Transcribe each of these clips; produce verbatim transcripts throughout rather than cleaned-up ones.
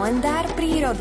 kalendár prírody.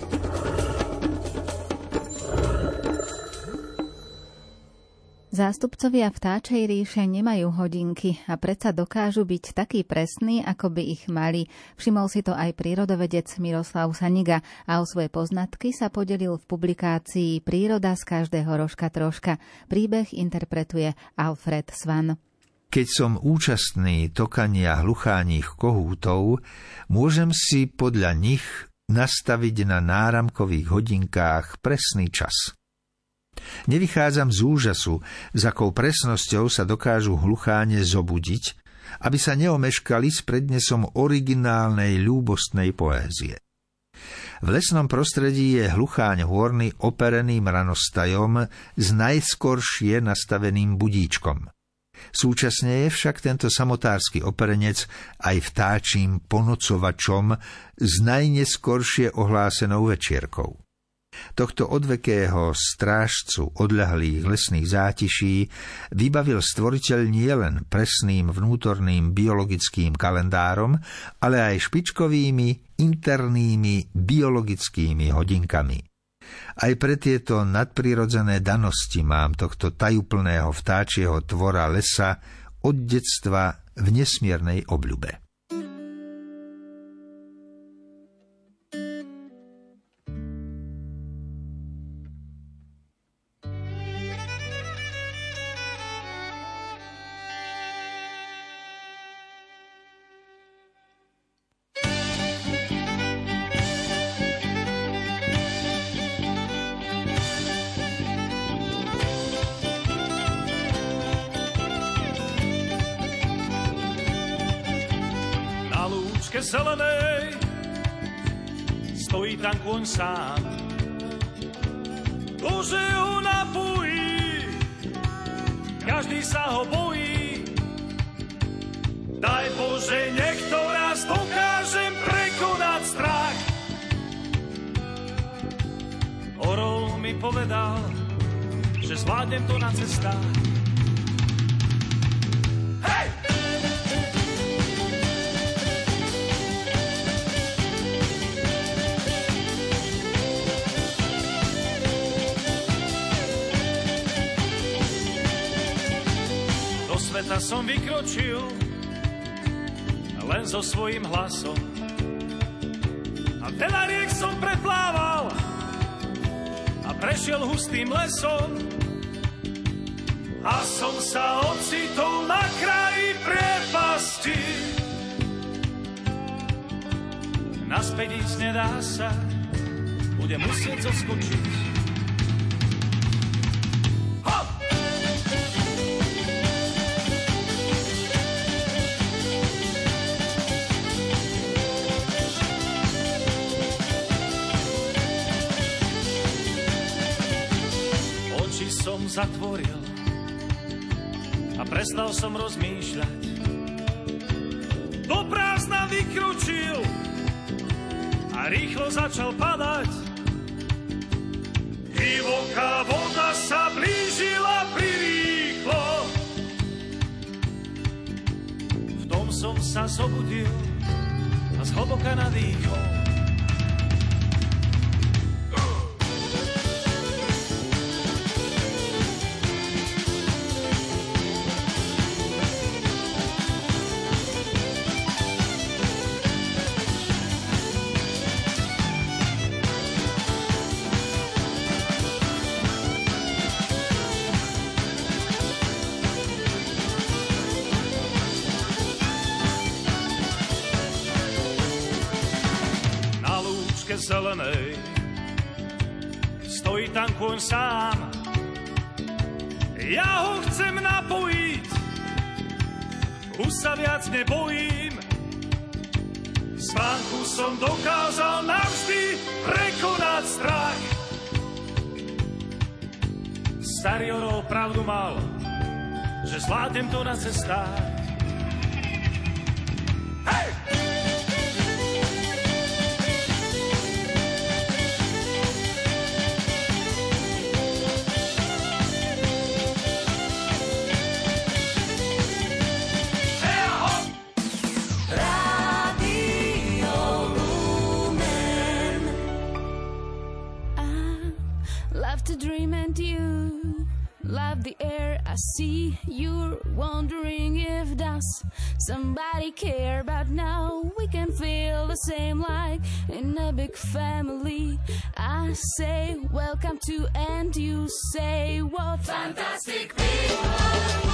Zástupcovia vtáčej ríše nemajú hodinky a predsa dokážu byť takí presní, ako by ich mali. Všimol si to aj prírodovedec Miroslav Saniga a o svoje poznatky sa podelil v publikácii Príroda z každého rožka troška. Príbeh interpretuje Alfred Svan. Keď som účastný tokania hlucháních kohútov, môžem si podľa nich nastaviť na náramkových hodinkách presný čas. Nevychádzam z úžasu, s akou presnosťou sa dokážu hlucháne zobudiť, aby sa neomeškali s prednesom originálnej ľúbostnej poézie. V lesnom prostredí je hlucháň hôrny opereným ranostajom s najskoršie nastaveným budíčkom. Súčasne je však tento samotársky operenec aj vtáčím ponocovačom s najneskoršie ohlásenou večierkou. Tohto odvekého strážcu odľahlých lesných zátiší vybavil stvoriteľ nielen presným vnútorným biologickým kalendárom, ale aj špičkovými internými biologickými hodinkami. Aj pre tieto nadprirodzené danosti mám tohto tajúplného vtáčieho tvora lesa od detstva v nesmiernej obľube. Lúčke zelenej stojí tam kôň sám. Bože ho napojí, každý sa ho bojí. Daj Bože, niekto raz dokážem prekonať strach. Orol mi povedal, že zvládnem to na cestách. Hej! Sveta som vykročil len so svojím hlasom a veľa riek som preplával a prešiel hustým lesom a som sa ocitol na kraji priepasti. Naspäť ísť nedá sa, budem musieť zoskočiť. Som zatvoril a prestal som rozmýšľať. Do prázdna vykročil a rýchlo začal padať. Divoká voda sa blížila prirýchlo. V tom som sa zobudil a zhlboka nadýchol. Zelenej stojí tam kôň sám. Ja ho chcem napojiť, už sa viac nebojím. Spánku som dokázal navždy prekonať strach. Starý orol pravdu mal, že zvládnem to na cestách. Hej! Rádio Lumen. wondering if does somebody care, but now we can feel the same like in a big family. I say welcome to, and you say what? Fantastic people.